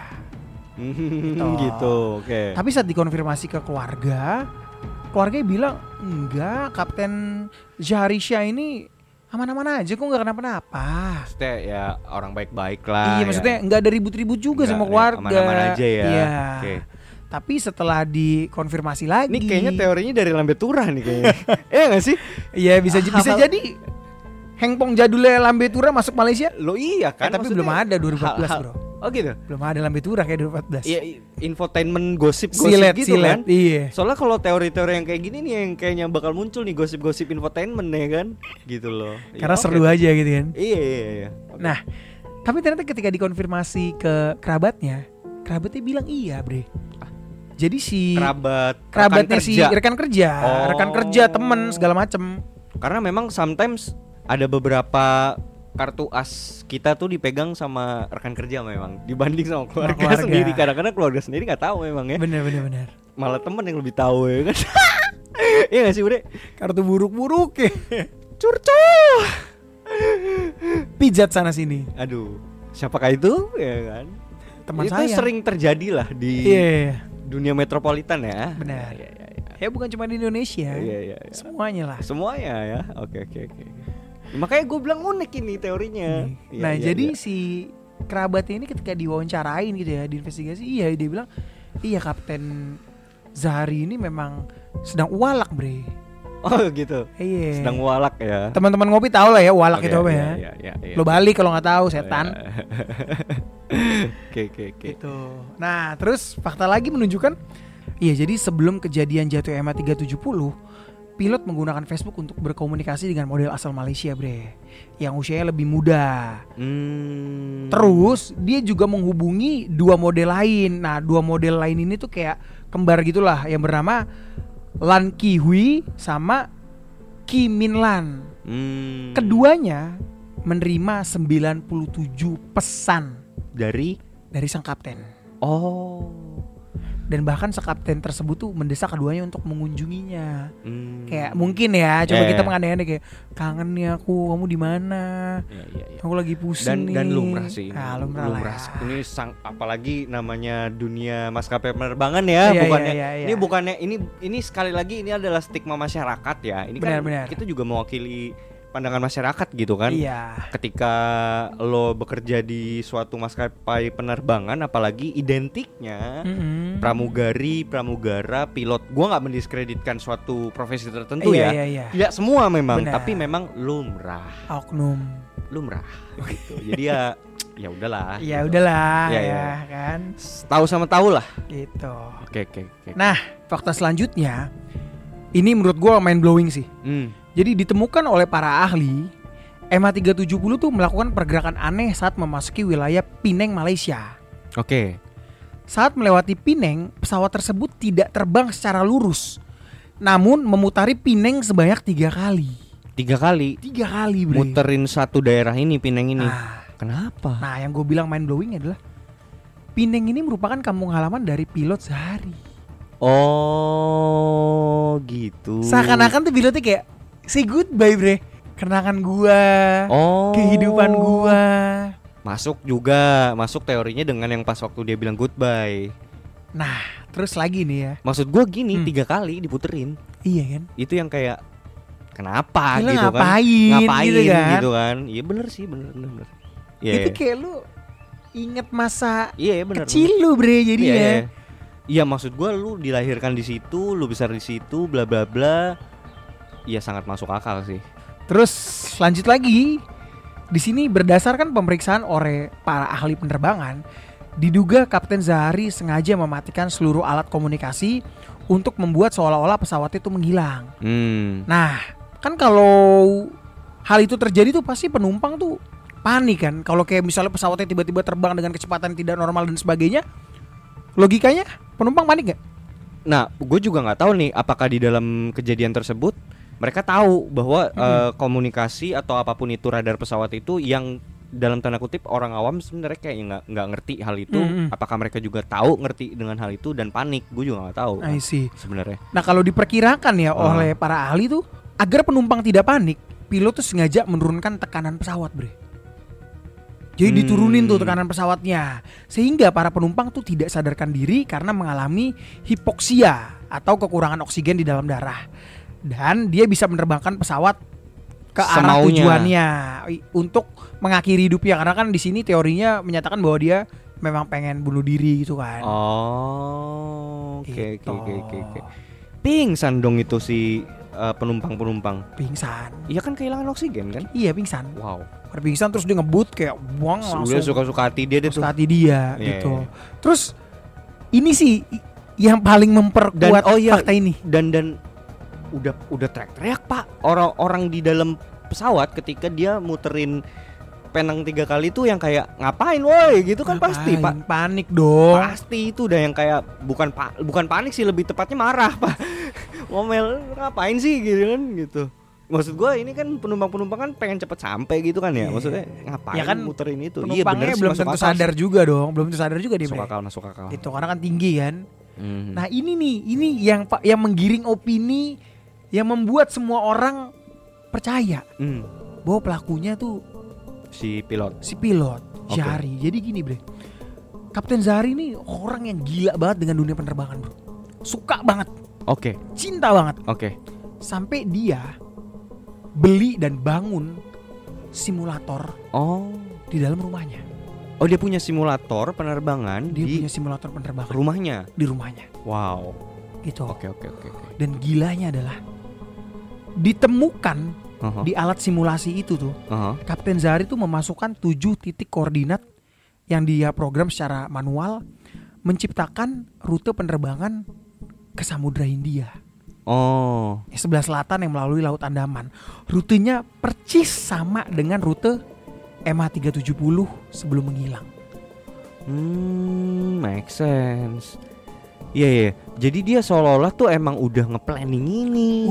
Gitu. Oke. Tapi saat dikonfirmasi ke keluarga bilang enggak, Kapten Zaharisha ini aman-aman aja, kok nggak kenapa-napa. Maksudnya ya orang baik-baik lah. Iya, maksudnya nggak ada ribut-ribut juga sama keluarga. Aman-aman aja ya. Iya. Oke. Tapi setelah dikonfirmasi lagi. Ini kayaknya teorinya dari Lambe Tura nih kayaknya. Nggak sih? Iya, bisa jadi. Hengpong jadulnya Lambe Tura masuk Malaysia? Lo iya kan. Tapi belum ada 2014 bro. Oh gitu? Belum ada Lambe Tura kayak 2014. Iya, infotainment gosip silet, gitu kan. Iya. Soalnya kalau teori-teori yang kayak gini nih yang kayaknya bakal muncul nih gosip-gosip infotainment ya kan. Gitu loh. Karena seru aja gitu kan. Iya. Okay. Nah, tapi ternyata ketika dikonfirmasi ke kerabatnya bilang iya bre. Jadi si kerabatnya si rekan kerja, temen segala macem. Karena memang sometimes ada beberapa kartu as kita tuh dipegang sama rekan kerja memang dibanding sama keluarga sendiri. Kadang-kadang keluarga sendiri nggak tahu memang ya. Bener. Malah temen yang lebih tahu ya kan. Iya gak sih Bre? Kartu buruk-buruk ya. Curcol. Pijat sana sini. Aduh, siapakah itu? Ya kan. Teman itu saya. sering terjadi lah di Iya. dunia metropolitan ya. Benar. Ya, ya, ya. Ya bukan cuma di Indonesia. Iya. Semuanya lah. Semuanya ya. Oke. Makanya gue bilang unik ini teorinya. Nah, Iya, jadi iya. si kerabatnya ini ketika diwawancarain gitu ya, diinvestigasi, iya dia bilang, iya Kapten Zahari ini memang sedang walak, Bre. Oh gitu. Iya. Sedang walak ya. Teman-teman ngopi tahu lah ya walak Oke, itu apa ya. Iya. Lo balik kalau nggak tahu, setan. Oke. Gitu. Nah, terus fakta lagi menunjukkan, iya jadi sebelum kejadian jatuh MH370, pilot menggunakan Facebook untuk berkomunikasi dengan model asal Malaysia, Bre, yang usianya lebih muda. Terus dia juga menghubungi dua model lain. Nah, dua model lain ini tuh kayak kembar gitulah, yang bernama Lan Ki Hui sama Ki Min Lan. Keduanya menerima 97 pesan dari sang kapten. Oh. Dan bahkan si kapten tersebut tuh mendesak keduanya untuk mengunjunginya. Kayak mungkin ya, coba kita mengandai-andai kayak, kangen nih aku, kamu di mana? Iya. Aku lagi pusing nih. Dan lumrah sih. Nah, lumrah lah. Ini apalagi namanya dunia maskapai penerbangan ya, bukannya. Iya. Ini bukannya ini sekali lagi ini adalah stigma masyarakat ya. Ini Benar. kan kita juga mewakili pandangan masyarakat gitu kan. Iya. Ketika lo bekerja di suatu maskapai penerbangan, apalagi identiknya pramugara, pilot. Gua nggak mendiskreditkan suatu profesi tertentu ya. Iya. Tidak semua memang, Benar. tapi memang lumrah. Oknum. Lumrah gitu. Jadi ya udahlah. Ya gitu. udahlah Ya. kan. Tahu sama tahu lah. Gitu. Oke. Nah, fakta selanjutnya ini menurut gua mind blowing sih. Jadi ditemukan oleh para ahli, MH370 tuh melakukan pergerakan aneh saat memasuki wilayah Penang, Malaysia. Oke. Saat melewati Penang, pesawat tersebut tidak terbang secara lurus, namun memutari Penang sebanyak 3 kali. 3 kali. 3 kali, Bre. Muterin satu daerah ini, Penang ini. Nah, kenapa? Nah, yang gue bilang mind blowing adalah Penang ini merupakan kampung halaman dari pilot Zahari. Oh, gitu. Seakan-akan tuh pilotnya kayak say goodbye, Bre. Kenangan gua, kehidupan gua. Masuk teorinya dengan yang pas waktu dia bilang goodbye. Nah, terus lagi nih ya. Maksud gua gini, 3 kali diputerin. Iya kan? Itu yang kayak kenapa Gila, gitu ngapain gitu kan. Iya bener sih, bener. Itu kayak lu inget masa bener, kecil lu, Bre, jadi ya. Iya, maksud gua lu dilahirkan di situ, lu besar di situ, bla bla bla. Iya, sangat masuk akal sih. Terus lanjut lagi. Di sini berdasarkan pemeriksaan oleh para ahli penerbangan, diduga Kapten Zahari sengaja mematikan seluruh alat komunikasi untuk membuat seolah-olah pesawat itu menghilang. Nah, kan kalau hal itu terjadi tuh pasti penumpang tuh panik kan. Kalau kayak misalnya pesawatnya tiba-tiba terbang dengan kecepatan tidak normal dan sebagainya, logikanya penumpang panik gak? Nah, gue juga nggak tahu nih apakah di dalam kejadian tersebut mereka tahu bahwa komunikasi atau apapun itu radar pesawat itu yang dalam tanda kutip orang awam sebenarnya kayak nggak ngerti hal itu. Apakah mereka juga tahu ngerti dengan hal itu dan panik? Gue juga nggak tahu. I see. Sebenarnya. Nah, kalau diperkirakan ya oleh para ahli tuh, agar penumpang tidak panik, pilot tuh sengaja menurunkan tekanan pesawat, Bre. Jadi diturunin tuh tekanan pesawatnya, sehingga para penumpang tuh tidak sadarkan diri karena mengalami hipoksia atau kekurangan oksigen di dalam darah. Dan dia bisa menerbangkan pesawat ke arah tujuannya untuk mengakhiri hidupnya, karena kan di sini teorinya menyatakan bahwa dia memang pengen bunuh diri gitu kan. Oke. Pingsan dong itu si penumpang. Pingsan. Iya kan, kehilangan oksigen kan? Iya, pingsan. Wow. Pingsan terus dia ngebut kayak buang langsung. Udah suka-suka hati dia tuh. Suka hati dia gitu. Terus ini sih yang paling memperkuat fakta ini. Dan udah teriak-teriak, Pak. Orang di dalam pesawat ketika dia muterin Penang 3 kali tuh yang kayak ngapain woi gitu kan, pasti Pak. Panik dong. Pasti itu udah yang kayak bukan panik sih, lebih tepatnya marah, Pak. Ngomel, ngapain sih gitu kan gitu. Maksud gue ini kan penumpang kan pengen cepet sampai gitu kan ya. Maksudnya ngapain kan muterin itu. Penumpangnya belum tentu sadar juga dong. Belum tentu sadar juga dia. Masuk akal. Itu karena kan tinggi kan. Nah ini yang menggiring opini yang membuat semua orang percaya bahwa pelakunya tuh si pilot okay. Zahari. Jadi gini bre, Kapten Zahari ini orang yang gila banget dengan dunia penerbangan bro. Suka banget, cinta banget, sampai dia beli dan bangun simulator di dalam rumahnya. Oh, dia punya simulator penerbangan punya simulator penerbangan di rumahnya. Wow. Gitu. Oke. Dan gilanya adalah ditemukan di alat simulasi itu tuh, Kapten Zahari tuh memasukkan 7 titik koordinat yang dia program secara manual, menciptakan rute penerbangan ke Samudra Hindia. Sebelah selatan yang melalui Laut Andaman. Rutenya percis sama dengan rute MH370 sebelum menghilang. Make sense. Iya. Jadi dia seolah-olah tuh emang udah nge-planning ini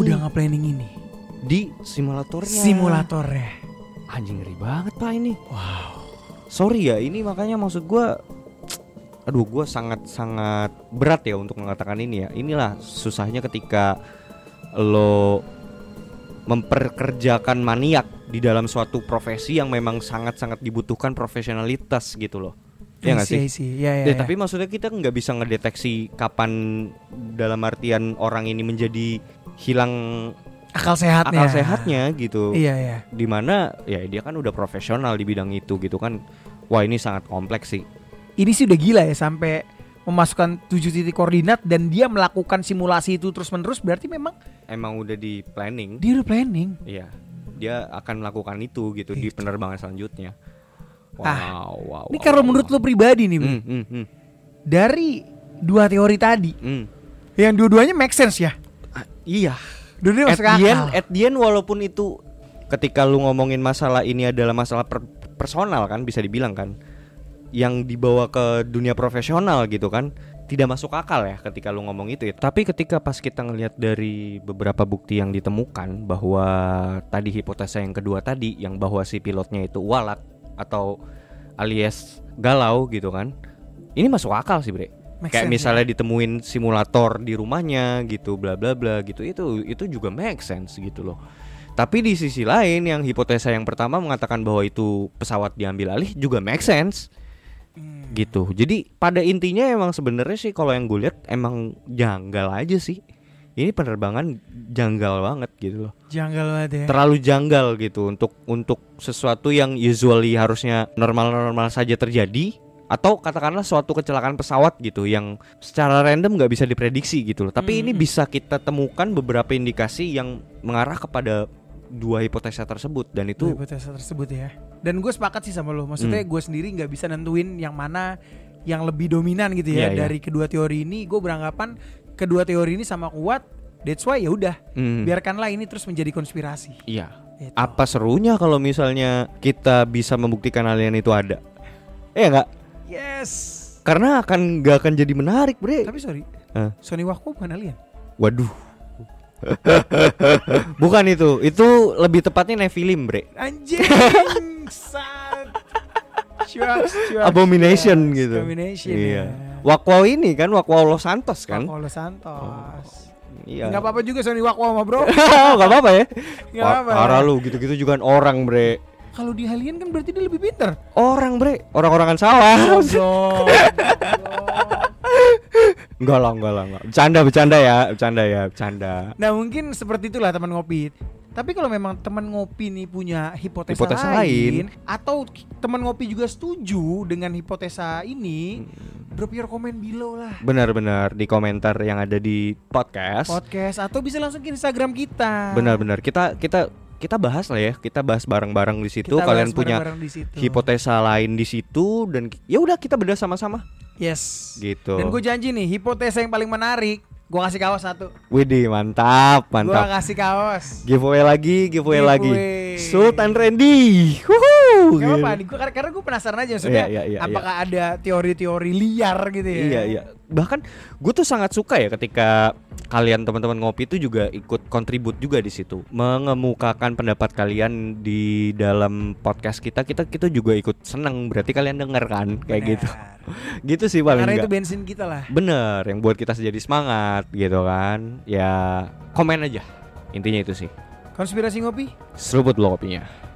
di simulatornya. Anjing, ngeri banget Pak ini. Wow. Sorry ya, ini makanya maksud gue, gue sangat berat ya untuk mengatakan ini ya. Inilah susahnya ketika lo memperkerjakan maniak di dalam suatu profesi yang memang sangat-sangat dibutuhkan profesionalitas gitu loh. Ya nggak sih? Ya. Tapi maksudnya kita nggak bisa ngedeteksi kapan dalam artian orang ini menjadi hilang akal sehatnya gitu. Iya. Dimana ya dia kan udah profesional di bidang itu gitu kan. Wah, ini sangat kompleks sih. Ini sih udah gila ya, sampai memasukkan 7 titik koordinat dan dia melakukan simulasi itu terus-menerus, berarti emang udah di planning. Dia udah planning. Iya. Dia akan melakukan itu gitu di penerbangan selanjutnya. Wow. Ini kalau menurut lo pribadi nih, dari 2 teori tadi, yang dua-duanya make sense ya? Iya. Dua-duanya masuk akal. At the end, walaupun itu ketika lu ngomongin masalah ini adalah masalah personal kan, bisa dibilang kan, yang dibawa ke dunia profesional gitu kan, tidak masuk akal ya ketika lu ngomong itu ya. Tapi ketika pas kita ngelihat dari beberapa bukti yang ditemukan, bahwa tadi hipotesa yang kedua tadi, yang bahwa si pilotnya itu walak atau alias galau gitu kan, ini masuk akal sih bre. Kayak misalnya ditemuin simulator di rumahnya gitu, bla bla bla gitu, itu juga make sense gitu loh. Tapi di sisi lain yang hipotesa yang pertama mengatakan bahwa itu pesawat diambil alih juga make sense gitu. Jadi pada intinya emang sebenarnya sih kalau yang gue lihat emang janggal aja sih. Ini penerbangan janggal banget gitu loh. Janggal banget ya. Terlalu janggal gitu untuk sesuatu yang usually harusnya normal-normal saja terjadi, atau katakanlah suatu kecelakaan pesawat gitu yang secara random nggak bisa diprediksi gitu loh. Tapi ini bisa kita temukan beberapa indikasi yang mengarah kepada 2 hipotesa tersebut, dan itu hipotesa tersebut ya. Dan gue sepakat sih sama lo. Maksudnya gue sendiri nggak bisa nentuin yang mana yang lebih dominan gitu ya. Dari kedua teori ini, gue beranggapan kedua teori ini sama kuat. That's why ya udah, biarkanlah ini terus menjadi konspirasi. Iya. Gitu. Apa serunya kalau misalnya kita bisa membuktikan alien itu ada? Nggak? Yes. Karena nggak akan jadi menarik, bre. Tapi sorry, Sony Wako bukan alien. Waduh. Bukan itu lebih tepatnya Nephilim, bre. Anjing. Abomination gitu. Abomination. Iya. Wakwaw ini kan Wakwaw Los Santos kan. Wakwaw Los Santos. Iya. Gak apa-apa juga Sony Wakwaw mah bro. Gak apa-apa ya. Gak apa-apa. Parah lu, gitu-gitu juga orang, bre. Kalau di alien kan berarti dia lebih pintar. Orang, bre. Orang-orangan sawah. Enggak lah. Bercanda ya. Nah mungkin seperti itulah teman ngopi. Tapi kalau memang teman ngopi nih punya hipotesa lain, atau teman ngopi juga setuju dengan hipotesa ini, drop your comment below lah. Benar-benar di komentar yang ada di podcast, atau bisa langsung ke Instagram kita. Benar-benar kita bahas lah ya, kita bahas bareng-bareng di situ. Kalian punya hipotesa lain di situ, dan ya udah kita bedah sama-sama. Yes. Gitu. Dan gue janji nih, hipotesa yang paling menarik, gue kasih kaos 1. Widih, mantap. Gue kasih kaos. Giveaway lagi. Sultan Randy. Gak apa-apa nih, karena gue penasaran aja maksudnya. Apakah ada teori-teori liar gitu ya? Iya. Bahkan gue tuh sangat suka ya ketika kalian teman-teman ngopi itu juga ikut kontribut juga di situ, mengemukakan pendapat kalian di dalam podcast kita juga ikut seneng. Berarti kalian denger kan kayak gitu. Gitu sih paling. Karena itu bensin kita lah. Bener, yang buat kita jadi semangat gitu kan. Ya komen aja Intinya itu sih. Konspirasi ngopi. Seruput lo kopinya.